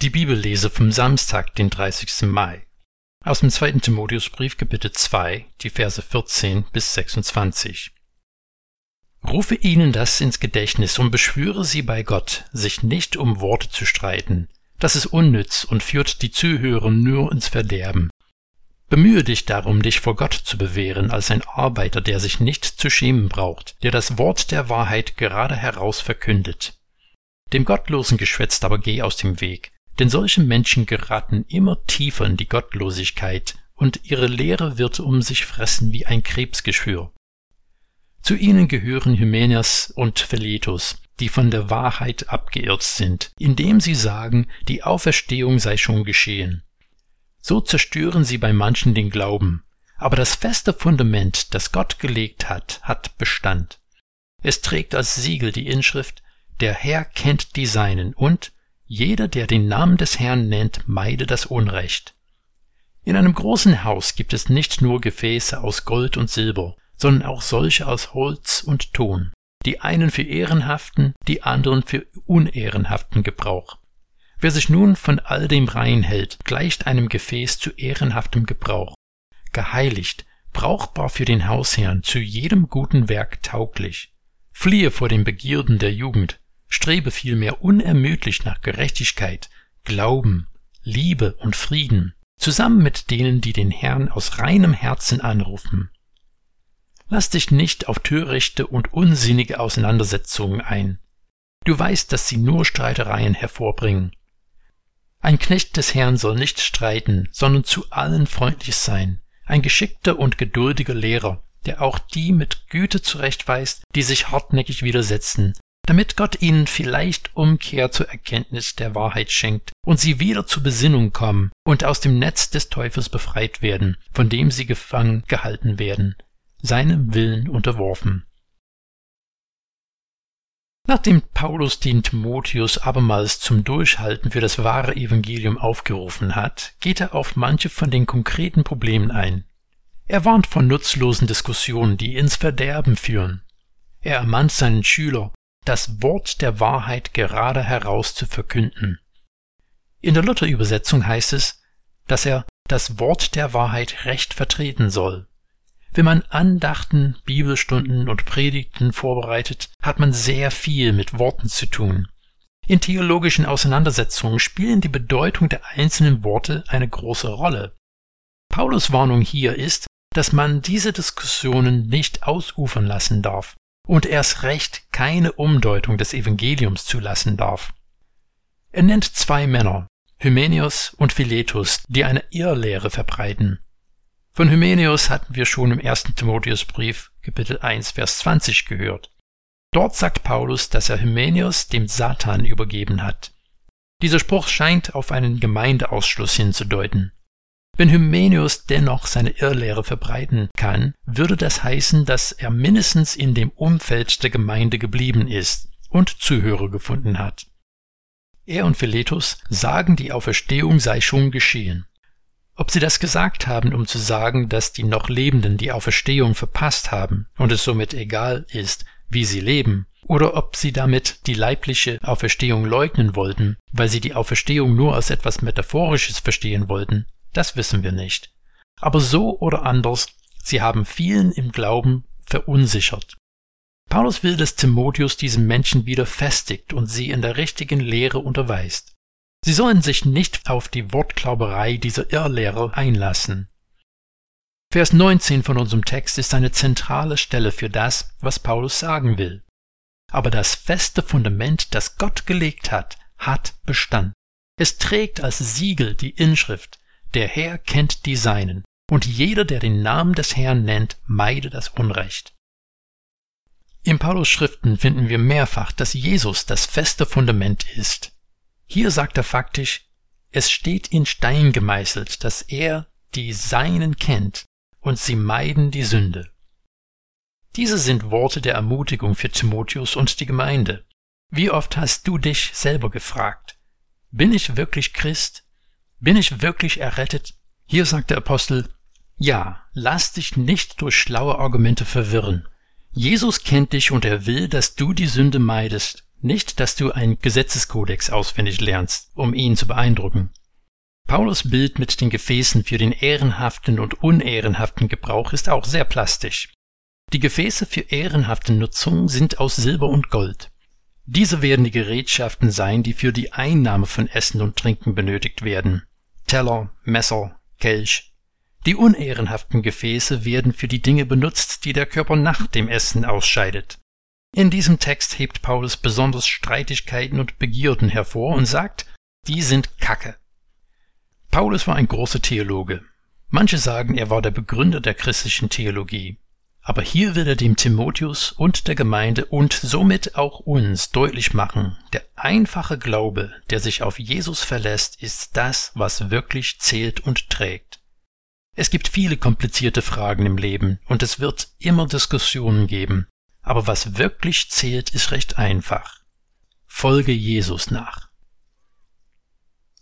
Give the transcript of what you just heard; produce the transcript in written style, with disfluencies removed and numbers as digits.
Die Bibellese vom Samstag, den 30. Mai. Aus dem 2. Timotheusbrief, Kapitel 2, die Verse 14 bis 26. Rufe ihnen das ins Gedächtnis und beschwöre sie bei Gott, sich nicht um Worte zu streiten. Das ist unnütz und führt die Zuhörer nur ins Verderben. Bemühe dich darum, dich vor Gott zu bewähren als ein Arbeiter, der sich nicht zu schämen braucht, der das Wort der Wahrheit gerade heraus verkündet. Dem gottlosen Geschwätz aber geh aus dem Weg. Denn solche Menschen geraten immer tiefer in die Gottlosigkeit, und ihre Lehre wird um sich fressen wie ein Krebsgeschwür. Zu ihnen gehören Hymenaeus und Philetus, die von der Wahrheit abgeirrt sind, indem sie sagen, die Auferstehung sei schon geschehen. So zerstören sie bei manchen den Glauben, aber das feste Fundament, das Gott gelegt hat, hat Bestand. Es trägt als Siegel die Inschrift: Der Herr kennt die Seinen, und jeder, der den Namen des Herrn nennt, meide das Unrecht. In einem großen Haus gibt es nicht nur Gefäße aus Gold und Silber, sondern auch solche aus Holz und Ton, die einen für ehrenhaften, die anderen für unehrenhaften Gebrauch. Wer sich nun von all dem rein hält, gleicht einem Gefäß zu ehrenhaftem Gebrauch, geheiligt, brauchbar für den Hausherrn, zu jedem guten Werk tauglich. Fliehe vor den Begierden der Jugend, strebe vielmehr unermüdlich nach Gerechtigkeit, Glauben, Liebe und Frieden, zusammen mit denen, die den Herrn aus reinem Herzen anrufen. Lass dich nicht auf törichte und unsinnige Auseinandersetzungen ein. Du weißt, dass sie nur Streitereien hervorbringen. Ein Knecht des Herrn soll nicht streiten, sondern zu allen freundlich sein, ein geschickter und geduldiger Lehrer, der auch die mit Güte zurechtweist, die sich hartnäckig widersetzen, damit Gott ihnen vielleicht Umkehr zur Erkenntnis der Wahrheit schenkt und sie wieder zur Besinnung kommen und aus dem Netz des Teufels befreit werden, von dem sie gefangen gehalten werden, seinem Willen unterworfen. Nachdem Paulus den Timotheus abermals zum Durchhalten für das wahre Evangelium aufgerufen hat, geht er auf manche von den konkreten Problemen ein. Er warnt vor nutzlosen Diskussionen, die ins Verderben führen. Er ermahnt seinen Schüler, das Wort der Wahrheit gerade heraus zu verkünden. In der Luther-Übersetzung heißt es, dass er das Wort der Wahrheit recht vertreten soll. Wenn man Andachten, Bibelstunden und Predigten vorbereitet, hat man sehr viel mit Worten zu tun. In theologischen Auseinandersetzungen spielen die Bedeutung der einzelnen Worte eine große Rolle. Paulus' Warnung hier ist, dass man diese Diskussionen nicht ausufern lassen darf und erst recht keine Umdeutung des Evangeliums zulassen darf. Er nennt zwei Männer, Hymenaeus und Philetus, die eine Irrlehre verbreiten. Von Hymenaeus hatten wir schon im 1. Timotheusbrief, Kapitel 1, Vers 20 gehört. Dort sagt Paulus, dass er Hymenaeus dem Satan übergeben hat. Dieser Spruch scheint auf einen Gemeindeausschluss hinzudeuten. Wenn Hymenaeus dennoch seine Irrlehre verbreiten kann, würde das heißen, dass er mindestens in dem Umfeld der Gemeinde geblieben ist und Zuhörer gefunden hat. Er und Philetus sagen, die Auferstehung sei schon geschehen. Ob sie das gesagt haben, um zu sagen, dass die noch Lebenden die Auferstehung verpasst haben und es somit egal ist, wie sie leben, oder ob sie damit die leibliche Auferstehung leugnen wollten, weil sie die Auferstehung nur als etwas Metaphorisches verstehen wollten, das wissen wir nicht. Aber so oder anders, sie haben vielen im Glauben verunsichert. Paulus will, dass Timotheus diesen Menschen wieder festigt und sie in der richtigen Lehre unterweist. Sie sollen sich nicht auf die Wortklauberei dieser Irrlehrer einlassen. Vers 19 von unserem Text ist eine zentrale Stelle für das, was Paulus sagen will. Aber das feste Fundament, das Gott gelegt hat, hat Bestand. Es trägt als Siegel die Inschrift: Der Herr kennt die Seinen, und jeder, der den Namen des Herrn nennt, meide das Unrecht. In Paulus' Schriften finden wir mehrfach, dass Jesus das feste Fundament ist. Hier sagt er faktisch, es steht in Stein gemeißelt, dass er die Seinen kennt und sie meiden die Sünde. Diese sind Worte der Ermutigung für Timotheus und die Gemeinde. Wie oft hast du dich selber gefragt: Bin ich wirklich Christ? Bin ich wirklich errettet? Hier sagt der Apostel: Ja, lass dich nicht durch schlaue Argumente verwirren. Jesus kennt dich und er will, dass du die Sünde meidest. Nicht, dass du einen Gesetzeskodex auswendig lernst, um ihn zu beeindrucken. Paulus' Bild mit den Gefäßen für den ehrenhaften und unehrenhaften Gebrauch ist auch sehr plastisch. Die Gefäße für ehrenhafte Nutzung sind aus Silber und Gold. Diese werden die Gerätschaften sein, die für die Einnahme von Essen und Trinken benötigt werden. Teller, Messer, Kelch. Die unehrenhaften Gefäße werden für die Dinge benutzt, die der Körper nach dem Essen ausscheidet. In diesem Text hebt Paulus besonders Streitigkeiten und Begierden hervor und sagt, die sind Kacke. Paulus war ein großer Theologe. Manche sagen, er war der Begründer der christlichen Theologie. Aber hier will er dem Timotheus und der Gemeinde und somit auch uns deutlich machen, der einfache Glaube, der sich auf Jesus verlässt, ist das, was wirklich zählt und trägt. Es gibt viele komplizierte Fragen im Leben und es wird immer Diskussionen geben, aber was wirklich zählt, ist recht einfach. Folge Jesus nach.